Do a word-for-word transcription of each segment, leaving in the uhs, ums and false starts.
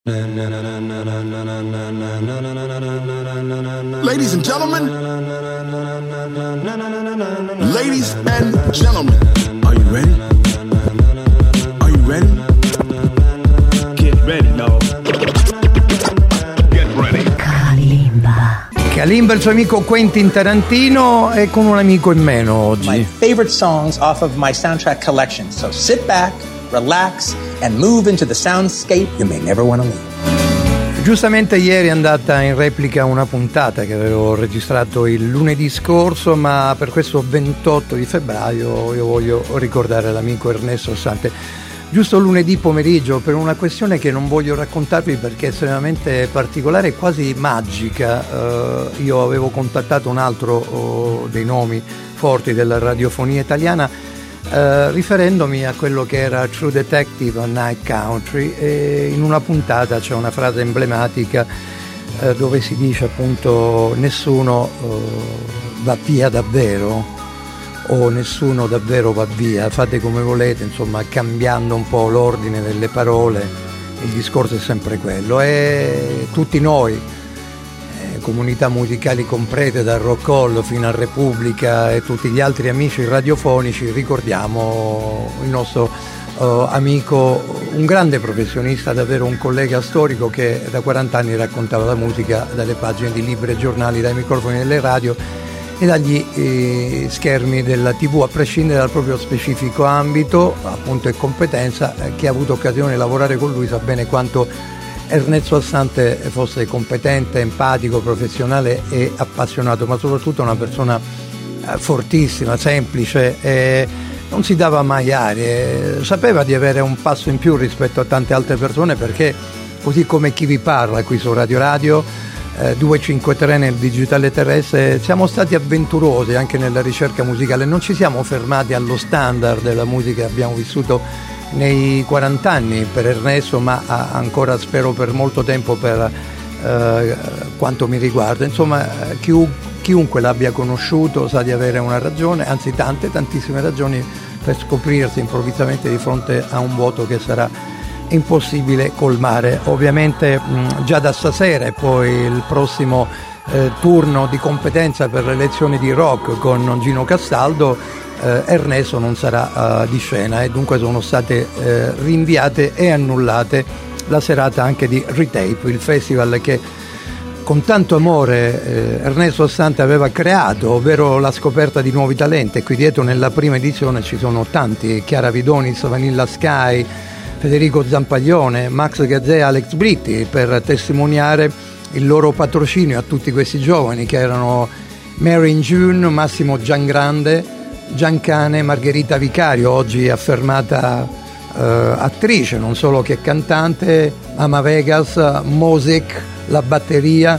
Ladies and gentlemen, ladies and gentlemen, are you ready? Are you ready? Get ready, dog. Get ready. Kalimba. Kalimba, il suo amico Quentin Tarantino, e con un amico in meno oggi. My favorite songs off of my soundtrack collection. So sit back, relax, and move into the soundscape you may never want to leave. Giustamente ieri è andata in replica una puntata che avevo registrato il lunedì scorso, ma per questo ventotto di febbraio io voglio ricordare l'amico Ernesto Assante. Giusto lunedì pomeriggio, per una questione che non voglio raccontarvi perché è estremamente particolare e quasi magica. Uh, io avevo contattato un altro uh, dei nomi forti della radiofonia italiana, Uh, riferendomi a quello che era True Detective on Night Country, e in una puntata c'è una frase emblematica uh, dove si dice appunto nessuno uh, va via davvero, o nessuno davvero va via, fate come volete, insomma, cambiando un po' l'ordine delle parole, il discorso è sempre quello, e tutti noi, comunità musicali comprese dal Rock Hall fino a Repubblica e tutti gli altri amici radiofonici, ricordiamo il nostro uh, amico, un grande professionista, davvero un collega storico che da quaranta anni raccontava la musica dalle pagine di libri e giornali, dai microfoni delle radio e dagli eh, schermi della tivù, a prescindere dal proprio specifico ambito appunto e competenza. Eh, chi ha avuto occasione di lavorare con lui sa bene quanto Ernesto Assante fosse competente, empatico, professionale e appassionato, ma soprattutto una persona fortissima, semplice, e non si dava mai arie, sapeva di avere un passo in più rispetto a tante altre persone, perché così come chi vi parla qui su Radio Radio eh, duecentocinquantatré nel digitale terrestre, siamo stati avventurosi anche nella ricerca musicale, non ci siamo fermati allo standard della musica che abbiamo vissuto nei quaranta anni per Ernesto, ma ancora spero per molto tempo per eh, quanto mi riguarda. Insomma, chiu, chiunque l'abbia conosciuto sa di avere una ragione, anzi tante, tantissime ragioni per scoprirsi improvvisamente di fronte a un vuoto che sarà impossibile colmare. Ovviamente mh, già da stasera e poi il prossimo eh, turno di competenza per le lezioni di rock con Gino Castaldo, Uh, Ernesto non sarà uh, di scena, e dunque sono state uh, rinviate e annullate la serata anche di Retape, il festival che con tanto amore eh, Ernesto Assante aveva creato, ovvero la scoperta di nuovi talenti. E qui dietro nella prima edizione ci sono tanti: Chiara Vidonis, Vanilla Sky, Federico Zampaglione, Max Gazzè e Alex Britti, per testimoniare il loro patrocinio a tutti questi giovani che erano Mary in June, Massimo Giangrande, Giancane, Margherita Vicario, oggi affermata eh, attrice, non solo che cantante, Ama Vegas, Mosek, la batteria,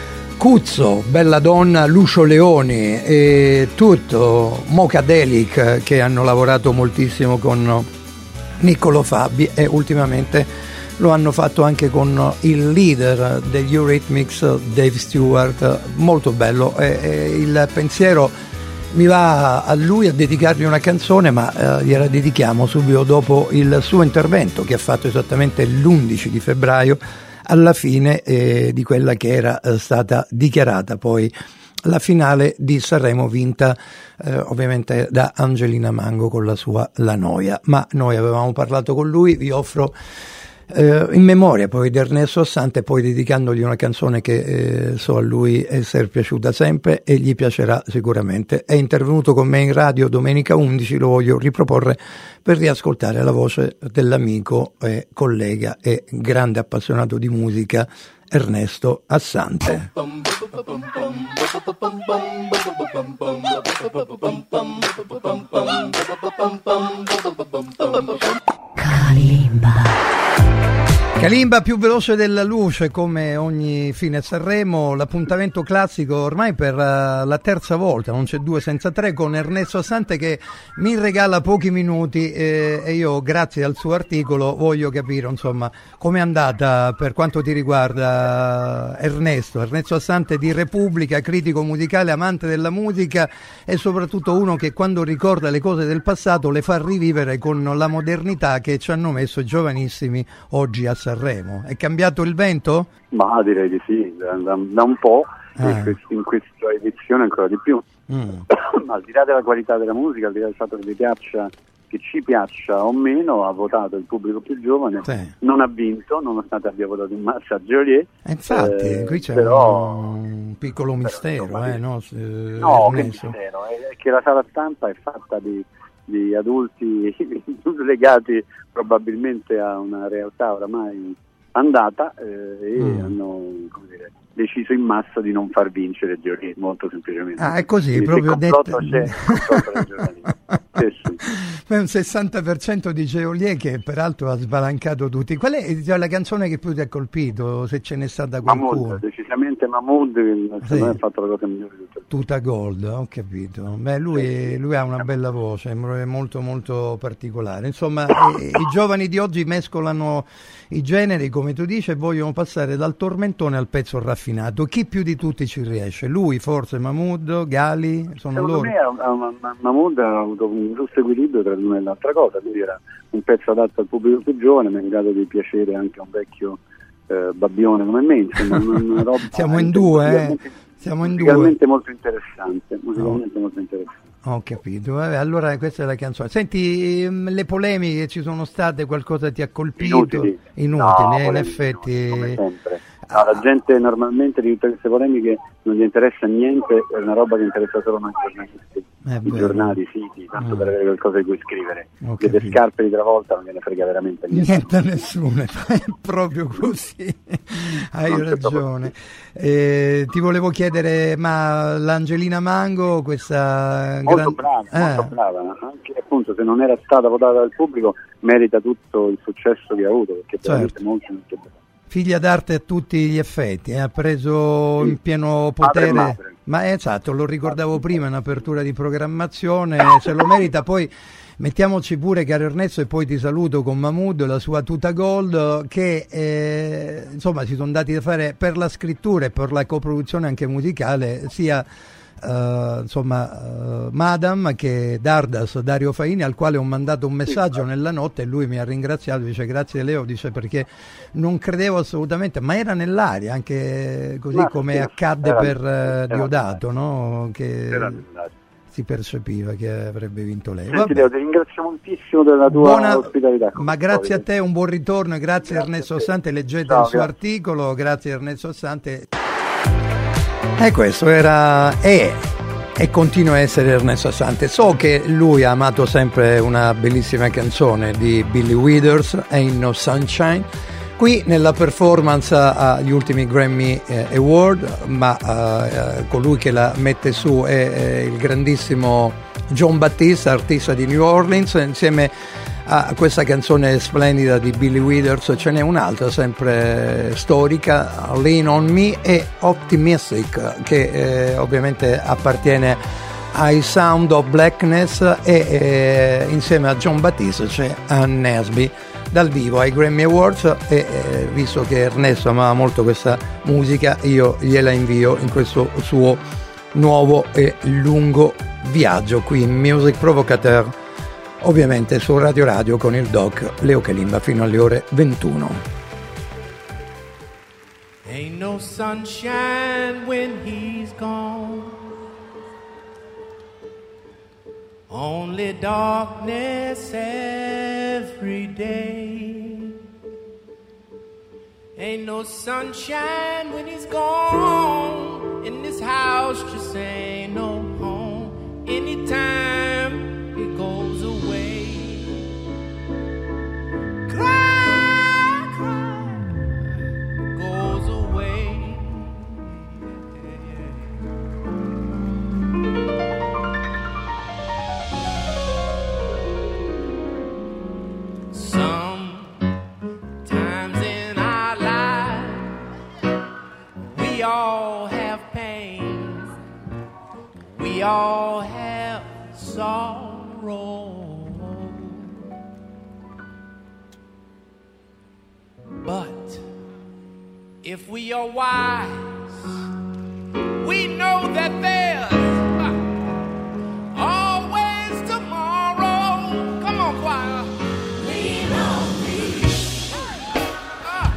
Cuzzo, Bella Donna, Lucio Leoni e tutto, Mocadelic, che hanno lavorato moltissimo con Niccolo Fabi, e ultimamente lo hanno fatto anche con il leader degli Eurythmics, Dave Stewart. Molto bello, e, e il pensiero mi va a lui a dedicargli una canzone, ma eh, gliela dedichiamo subito dopo il suo intervento che ha fatto esattamente l'undici di febbraio, alla fine eh, di quella che era eh, stata dichiarata poi la finale di Sanremo, vinta eh, ovviamente da Angelina Mango con la sua La Noia. Ma noi avevamo parlato con lui, vi offro Uh, in memoria poi di Ernesto Assante, poi dedicandogli una canzone che eh, so a lui essere piaciuta sempre e gli piacerà sicuramente. È intervenuto con me in radio domenica undici, lo voglio riproporre per riascoltare la voce dell'amico e collega e grande appassionato di musica Ernesto Assante. Kalimba. Kalimba, più veloce della luce, come ogni fine Sanremo, l'appuntamento classico ormai per uh, la terza volta, non c'è due senza tre, con Ernesto Assante che mi regala pochi minuti eh, e io, grazie al suo articolo, voglio capire insomma com'è andata per quanto ti riguarda Ernesto, Ernesto Assante di Repubblica, critico musicale, amante della musica e soprattutto uno che quando ricorda le cose del passato le fa rivivere con la modernità che ci hanno messo i giovanissimi oggi a Sanremo. Sanremo. È cambiato il vento? Ma direi di sì, da, da, da un po', Ah. e in questa edizione ancora di più. Mm. Ma al di là della qualità della musica, al di là del fatto che vi piaccia, che ci piaccia o meno, ha votato il pubblico più giovane, Sì. non ha vinto, nonostante abbia votato in massa a Geolier. E infatti, Eh, qui c'è però, un piccolo mistero, insomma, eh, no? Se- no, che Ernesto. mistero, è che la sala stampa è fatta di, di adulti legati probabilmente a una realtà oramai andata, eh, e Mm. hanno, come dire, deciso in massa di non far vincere Geolier, molto semplicemente. Ah, è così, Quindi proprio il complotto detto- c'è, il complotto del giornalismo. Sì, sì. È un sessanta per cento di Geolier che peraltro ha sbalancato tutti. Qual è cioè, la canzone che più ti ha colpito, se ce n'è stata qualcuno? Mahmood, decisamente Mahmood, che secondo Sì. me ha fatto la cosa migliore di tutto. Tuta Gold, ho capito. Beh, lui, lui ha una bella voce, è molto molto particolare. Insomma, i, i giovani di oggi mescolano i generi, come tu dici, e vogliono passare dal tormentone al pezzo raffinato. Chi più di tutti ci riesce? Lui, forse, Mahmood, Gali, sono Secondo loro? me ha- ha- ha- Mahmood ha avuto un giusto equilibrio tra l'una e l'altra cosa, quindi era un pezzo adatto al pubblico più giovane, ma in grado di piacere anche a un vecchio eh, babbione come me, insomma, una roba Siamo in due, eh? musicalmente- Siamo in due. musicalmente molto interessante, musicalmente molto interessante. Ho capito, vabbè, allora questa è la canzone. Senti, ehm, le polemiche che ci sono state, qualcosa ti ha colpito? Inutili, Inutili, No, eh, in polemiche, effetti. come sempre. No, la gente normalmente di tutte queste polemiche non gli interessa niente, è una roba che interessa solo noi giornalisti, È i vero. giornali, i siti, tanto Mm. per avere qualcosa di cui scrivere. Ho Delle capito. scarpe di travolta non gliene frega veramente niente. Niente a nessuno, è proprio così, hai Non c'è ragione. Eh, ti volevo chiedere, ma l'Angelina Mango, questa Molto gran- brava, eh, molto brava, anche appunto se non era stata votata dal pubblico merita tutto il successo che ha avuto, perché è veramente Certo. molto molto brava. figlia d'arte a tutti gli effetti, eh, ha preso Sì. in pieno Madre potere, e madre. ma è esatto, lo ricordavo prima in apertura di programmazione, se lo merita. Poi mettiamoci pure, caro Ernesto, e poi ti saluto, con Mahmood, la sua tuta gold, che eh, insomma si sono dati da fare per la scrittura e per la coproduzione anche musicale, sia Uh, insomma uh, Madam che Dardas, Dario Faini, al quale ho mandato un messaggio Sì, nella notte e lui mi ha ringraziato, dice grazie Leo, dice perché non credevo assolutamente, ma era nell'aria anche così, Ma come sì, accadde era- per uh, era Diodato, no? Che Era nell'aria. si percepiva che avrebbe vinto lei. Senti, Vabbè. Leo, ti ringrazio moltissimo della tua Buona- ospitalità. ma grazie a te, un buon ritorno e grazie, Grazie Ernesto a te. Assante, leggete Ciao, il suo grazie. articolo, grazie Ernesto Assante. E questo era e, e continua a essere Ernesto Assante. So che lui ha amato sempre una bellissima canzone di Billy Withers, Ain't No Sunshine, qui nella performance agli ultimi Grammy eh, Award, ma eh, colui che la mette su è, è il grandissimo John Battista, artista di New Orleans, insieme a questa canzone splendida di Billy Withers ce n'è un'altra sempre storica, Lean on Me, e Optimistic, che eh, ovviamente appartiene ai Sound of Blackness, e eh, insieme a John Battista c'è Ann Nesby dal vivo ai Grammy Awards, e eh, visto che Ernesto amava molto questa musica, io gliela invio in questo suo nuovo e lungo viaggio qui in Music Provocateur, ovviamente su Radio Radio con il doc Leo Kalimba fino alle ore ventuno. Ain't no sunshine when he's gone, only darkness every day. Ain't no sunshine when he's gone, in this house just ain't no home. Anytime he goes away, cry, cry, goes away. Sometimes in our lives we all have pain, we all have sorrow, but if we are wise, we know that there's uh, always tomorrow. Come on, choir. Lean on me. Uh,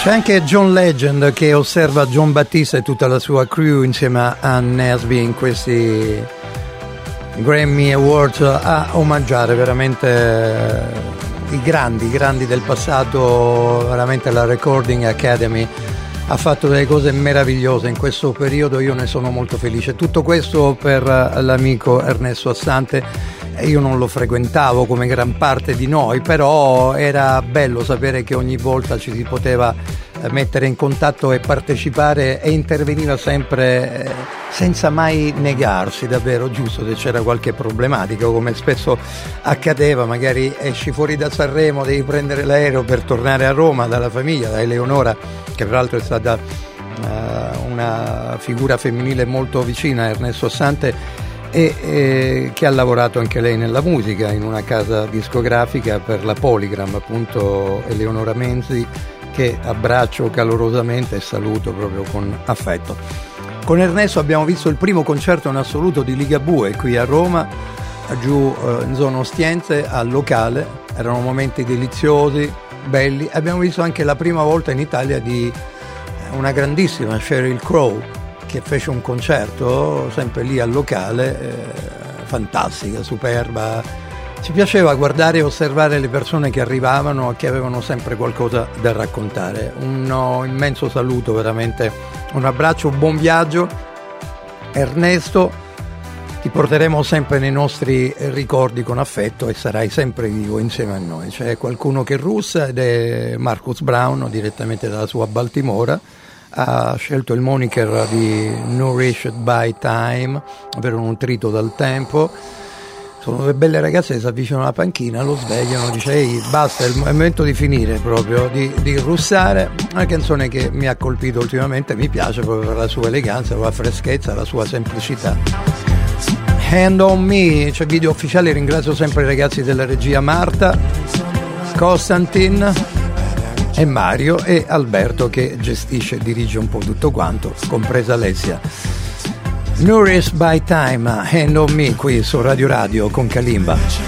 C'è anche John Legend che osserva John Battista e tutta la sua crew insieme a Ann Nesby in questi Grammy Awards a omaggiare veramente i grandi, i grandi del passato. Veramente la Recording Academy ha fatto delle cose meravigliose in questo periodo, io ne sono molto felice. Tutto questo per l'amico Ernesto Assante. Io non lo frequentavo come gran parte di noi, però era bello sapere che ogni volta ci si poteva mettere in contatto e partecipare, e interveniva sempre senza mai negarsi, davvero, giusto se c'era qualche problematica, come spesso accadeva, magari esci fuori da Sanremo, devi prendere l'aereo per tornare a Roma dalla famiglia, da Eleonora, che peraltro è stata uh, una figura femminile molto vicina a Ernesto Assante, e eh, che ha lavorato anche lei nella musica in una casa discografica per la Polygram, appunto, Eleonora Menzi, che abbraccio calorosamente e saluto proprio con affetto. Con Ernesto abbiamo visto il primo concerto in assoluto di Ligabue qui a Roma, giù eh, in zona Ostiense, al locale. Erano momenti deliziosi, belli. Abbiamo visto anche la prima volta in Italia di una grandissima Sheryl Crow, che fece un concerto sempre lì al locale, eh, fantastica, superba. Ci piaceva guardare e osservare le persone che arrivavano e che avevano sempre qualcosa da raccontare. Un oh, immenso saluto, veramente un abbraccio, un buon viaggio. Ernesto, ti porteremo sempre nei nostri ricordi con affetto e sarai sempre vivo insieme a noi. C'è qualcuno che russa ed è Marcus Brown, direttamente dalla sua Baltimora. Ha scelto il moniker di Nourished by Time, ovvero nutrito dal tempo. Sono due belle ragazze che si avvicinano alla panchina, lo svegliano, dice ehi basta, è il momento di finire proprio, di, di russare. Una canzone che mi ha colpito ultimamente, mi piace proprio per la sua eleganza, la sua freschezza, la sua semplicità. Hand on Me, c'è video ufficiale, ringrazio sempre i ragazzi della regia, Marta, Costantin e Mario e Alberto, che gestisce e dirige un po' tutto quanto, compresa Alessia. Nourished by Time, Hand on Me, qui su Radio Radio con Kalimba.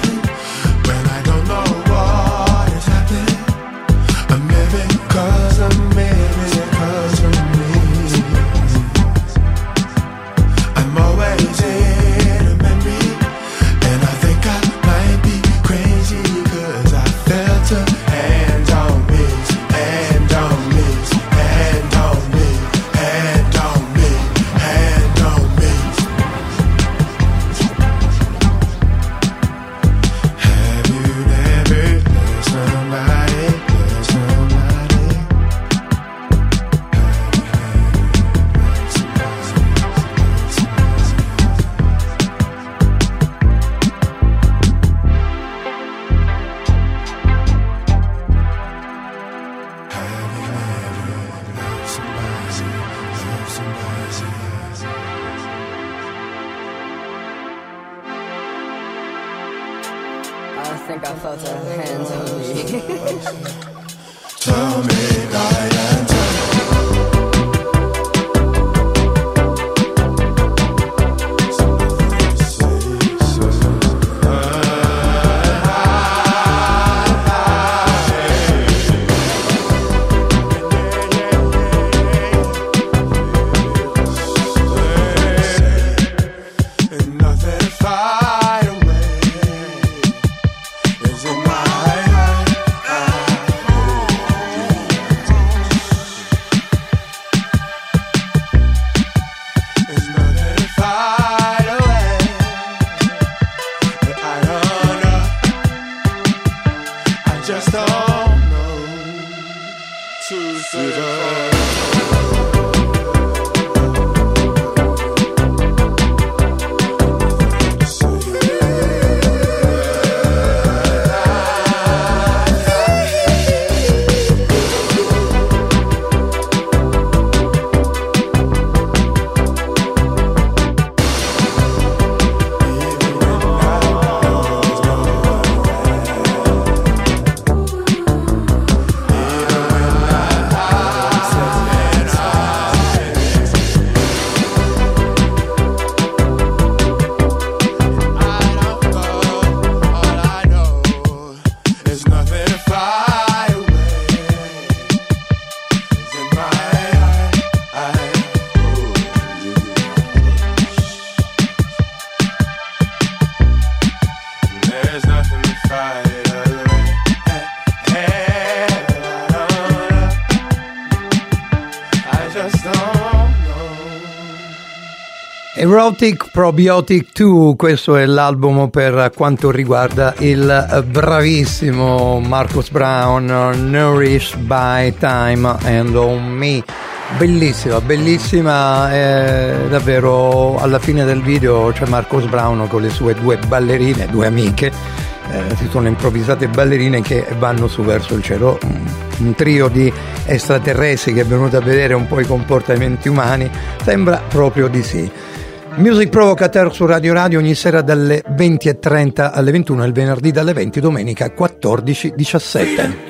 Erotic Probiotic due, questo è l'album per quanto riguarda il bravissimo Marcus Brown, Nourished by Time and On Me. Bellissima, bellissima, eh, davvero. Alla fine del video c'è Marcus Brown con le sue due ballerine, due amiche, eh, si sono improvvisate ballerine che vanno su verso il cielo, un, un trio di extraterrestri che è venuto a vedere un po' i comportamenti umani, sembra proprio di sì. Music Provocateur su Radio Radio ogni sera dalle venti e trenta alle ventuno, il venerdì dalle venti, domenica quattordici diciassette.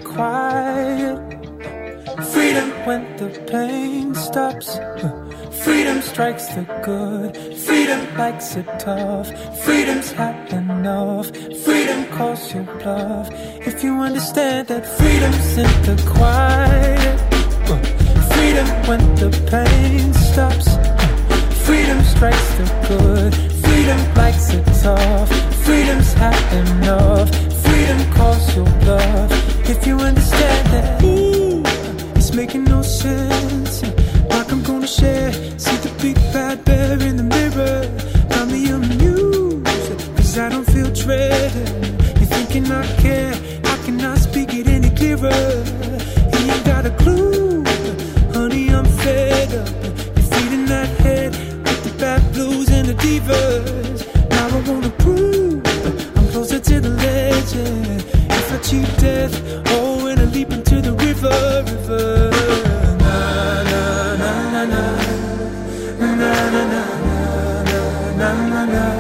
Freedom when the pain stops. Freedom strikes the good. Freedom likes it tough. Freedom's had enough. Freedom calls your bluff. If you understand that freedom's in the quiet. Freedom when the pain stops. Freedom strikes the good. Freedom likes it tough. Freedom's had enough. Freedom calls your bluff. If you understand that. Ooh, it's making no sense. Like I'm gonna share. See the big bad bear in the mirror. Got me amused, cause I don't feel dread. You're thinking I care, I cannot speak it any clearer. You ain't got a clue, honey, I'm fed up. You're feeding that head with the bad blues and the divas. Now I wanna prove I'm closer to the legend. If I cheat death, oh, and I leap into the river, river. Na na na na na na na na na na na na.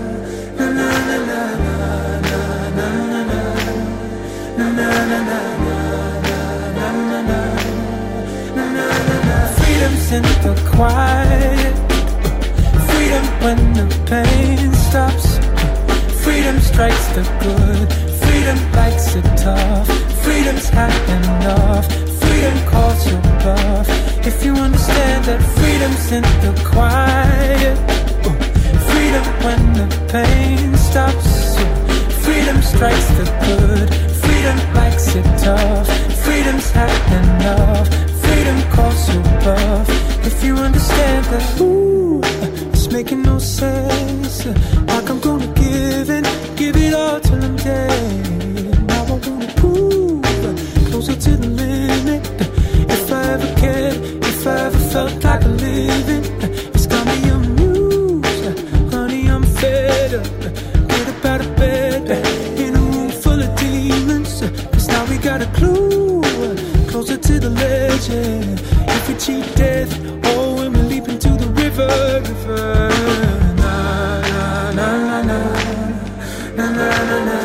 Freedom's in the quiet. Freedom when the pain stops. Freedom strikes the good. Freedom likes it tough. Freedom's had enough. Freedom calls your bluff. If you understand that freedom's in the quiet. Freedom when the pain stops. Freedom strikes the good. Freedom likes it tough. Freedom's had enough. Freedom calls your bluff. If you understand that, ooh, it's making no sense. Like I'm gonna give in, give it all till I'm dead. Now I wanna prove closer to the limit. If I ever cared, if I ever felt like a living, it's got me amused. Honey, I'm fed up. Get up out of bed in a room full of demons. Cause now we got a clue, closer to the legend. If we cheat death, oh, when we leap into the river, river. Na na na na na na na na na.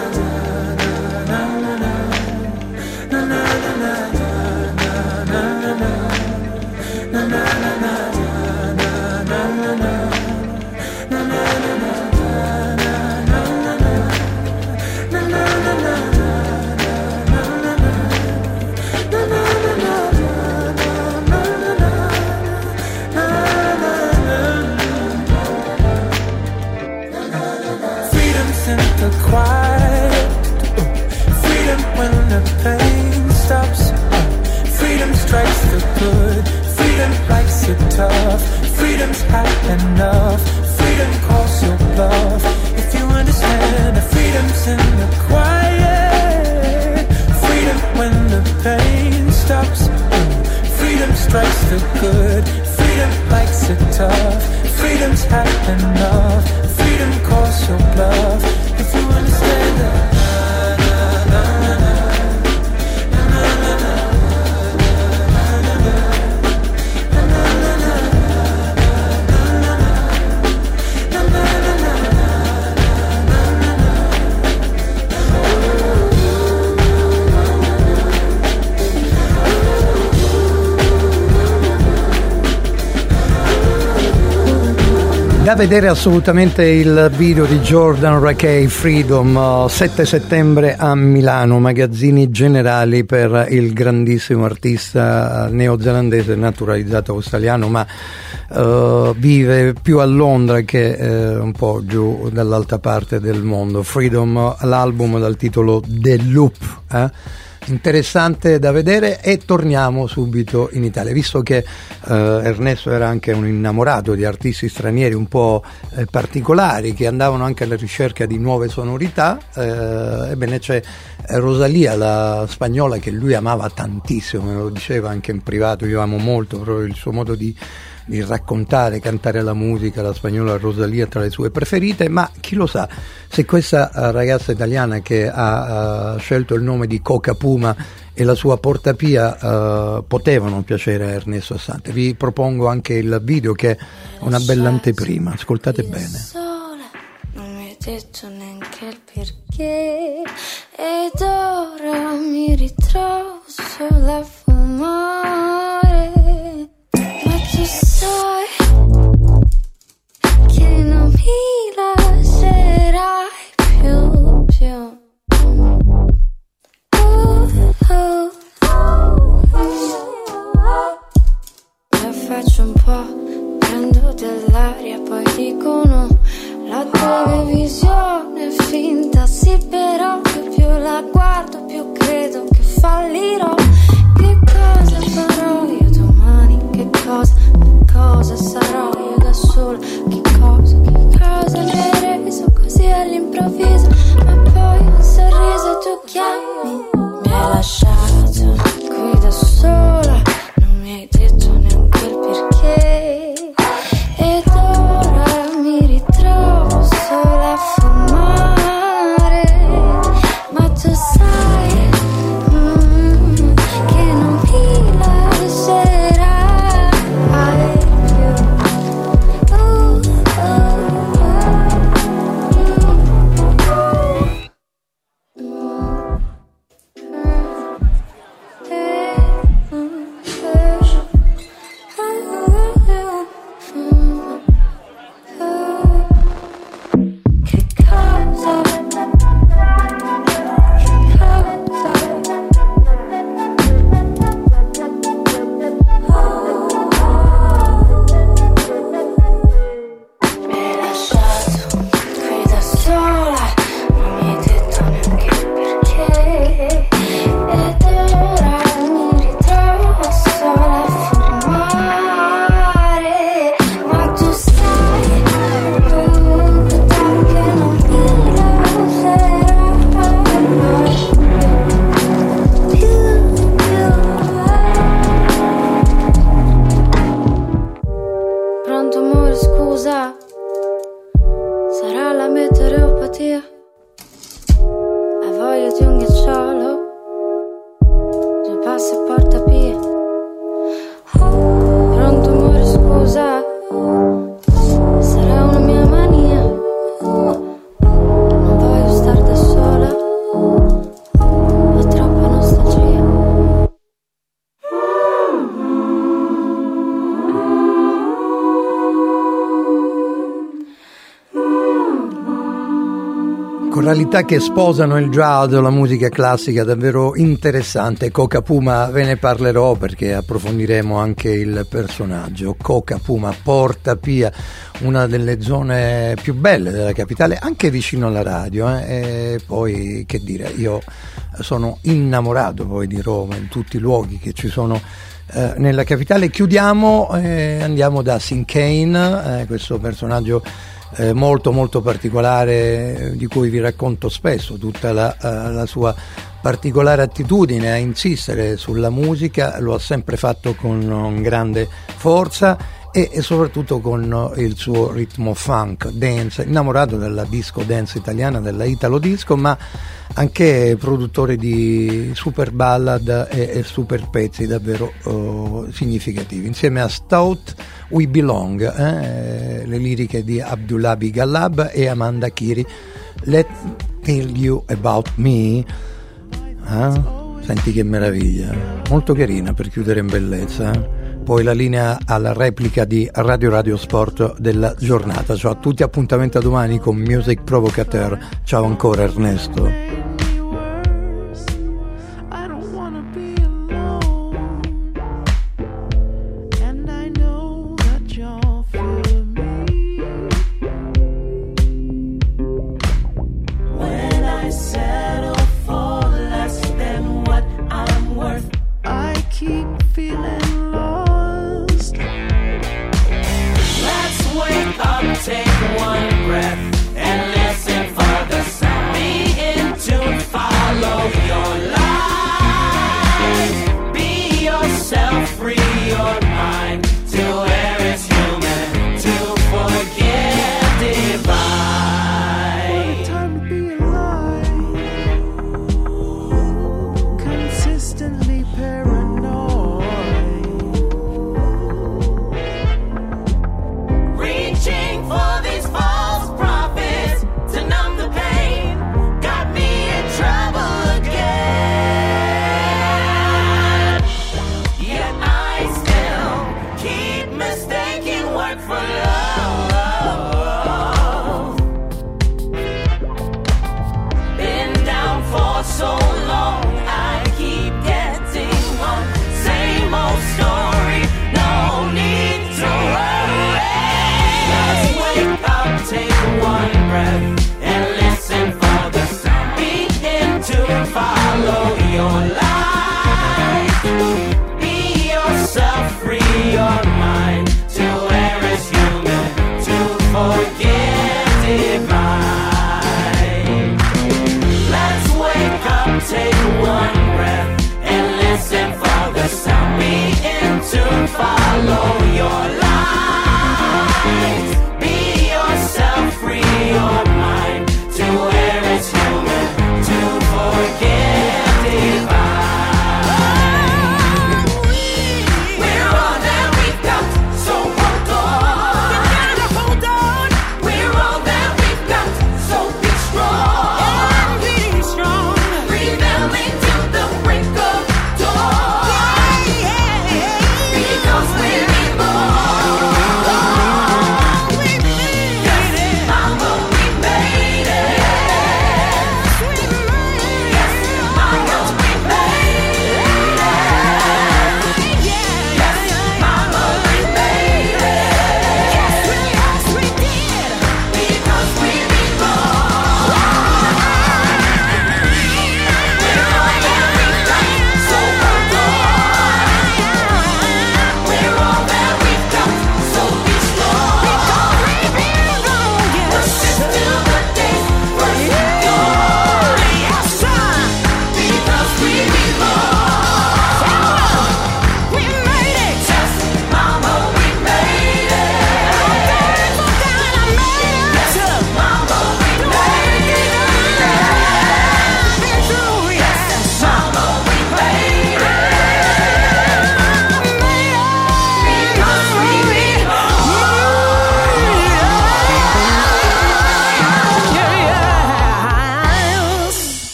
Quiet. Freedom when the pain stops. Freedom strikes the good. Freedom likes it tough. Freedom's had enough. Freedom calls your bluff. If you understand that freedom's in the quiet. Freedom when the pain stops. Freedom strikes the good. Freedom likes it tough. Freedom's had enough. Freedom calls your bluff. If you understand that. Da vedere assolutamente il video di Jordan Rakei, Freedom, sette settembre a Milano, magazzini generali per il grandissimo artista neozelandese naturalizzato australiano, ma uh, vive più a Londra che uh, un po' giù dall'altra parte del mondo. Freedom, l'album dal titolo The Loop, eh? interessante da vedere. E torniamo subito in Italia, visto che eh, Ernesto era anche un innamorato di artisti stranieri un po' eh, particolari, che andavano anche alla ricerca di nuove sonorità. Eh, ebbene, c'è Rosalía, la spagnola, che lui amava tantissimo, me lo diceva anche in privato. Io amo molto proprio il suo modo di di raccontare, cantare la musica. La spagnola Rosalía tra le sue preferite, ma chi lo sa se questa uh, ragazza italiana che ha uh, scelto il nome di Coca Puma e la sua Portapia uh, potevano piacere a Ernesto Sante. Vi propongo anche il video, che è una bella anteprima, ascoltate bene. Non mi hai detto neanche il perché, ed ora mi ritrovo sola a fumare. Ma tu sai che non mi lascerai più, più. Oh, oh, oh. La faccio un po', prendo dell'aria, poi dicono la televisione è finta, sì, però più più la guardo più credo che fallirò. Che cosa farò io domani? Che cosa, che cosa sarò io da sola? Che cosa, che cosa mi hai reso così all'improvviso? Ma poi un sorriso tu chiami. Mi hai lasciato qui da sola, non mi hai detto neanche il perché, ed ora mi ritrovo sola a fumare. Ma tu sai mm, che non mi lascerai più. Oh, oh, che cosa, mi hai lasciato qui da sola, non mi hai detto neanche il perché, ed ora mi ritrovo sola a fumare. Ma tu sai ovunque che non mi lascerai più, più. Pronto amore, scusa, sarà la meteoropatia? Hai voglia di un ghiacciolo? Due passi e Portapia. Pronto amore, scusa, sarà una mia mania? Non voglio star da sola, ho troppa nostalgia. Coralità che sposano il jazz o la musica classica, davvero interessante. Coca Puma, ve ne parlerò perché approfondiremo anche il personaggio. Coca Puma, Portapia, una delle zone più belle della capitale, anche vicino alla radio, eh? E poi che dire, io sono innamorato poi di Roma, in tutti i luoghi che ci sono eh, nella capitale. Chiudiamo e eh, andiamo da Sin Kane, eh, questo personaggio Eh, molto molto particolare, eh, di cui vi racconto spesso tutta la, uh, la sua particolare attitudine a insistere sulla musica. Lo ha sempre fatto con um, grande forza e, e soprattutto con uh, il suo ritmo funk, dance, innamorato della disco dance italiana, della Italo disco, ma anche produttore di super ballad e, e super pezzi davvero uh, significativi. Insieme a Stout We Belong, eh, le liriche di Abdullabi Gallab e Amanda Kiri, Let Tell You About Me, eh? Senti che meraviglia, molto carina per chiudere in bellezza. Eh? Poi la linea alla replica di Radio Radio Sport della giornata. Ciao a tutti, appuntamento a domani con Music Provocateur. Ciao ancora Ernesto. Settle for less than what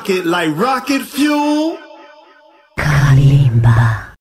rocket like rocket fuel. Kalimba.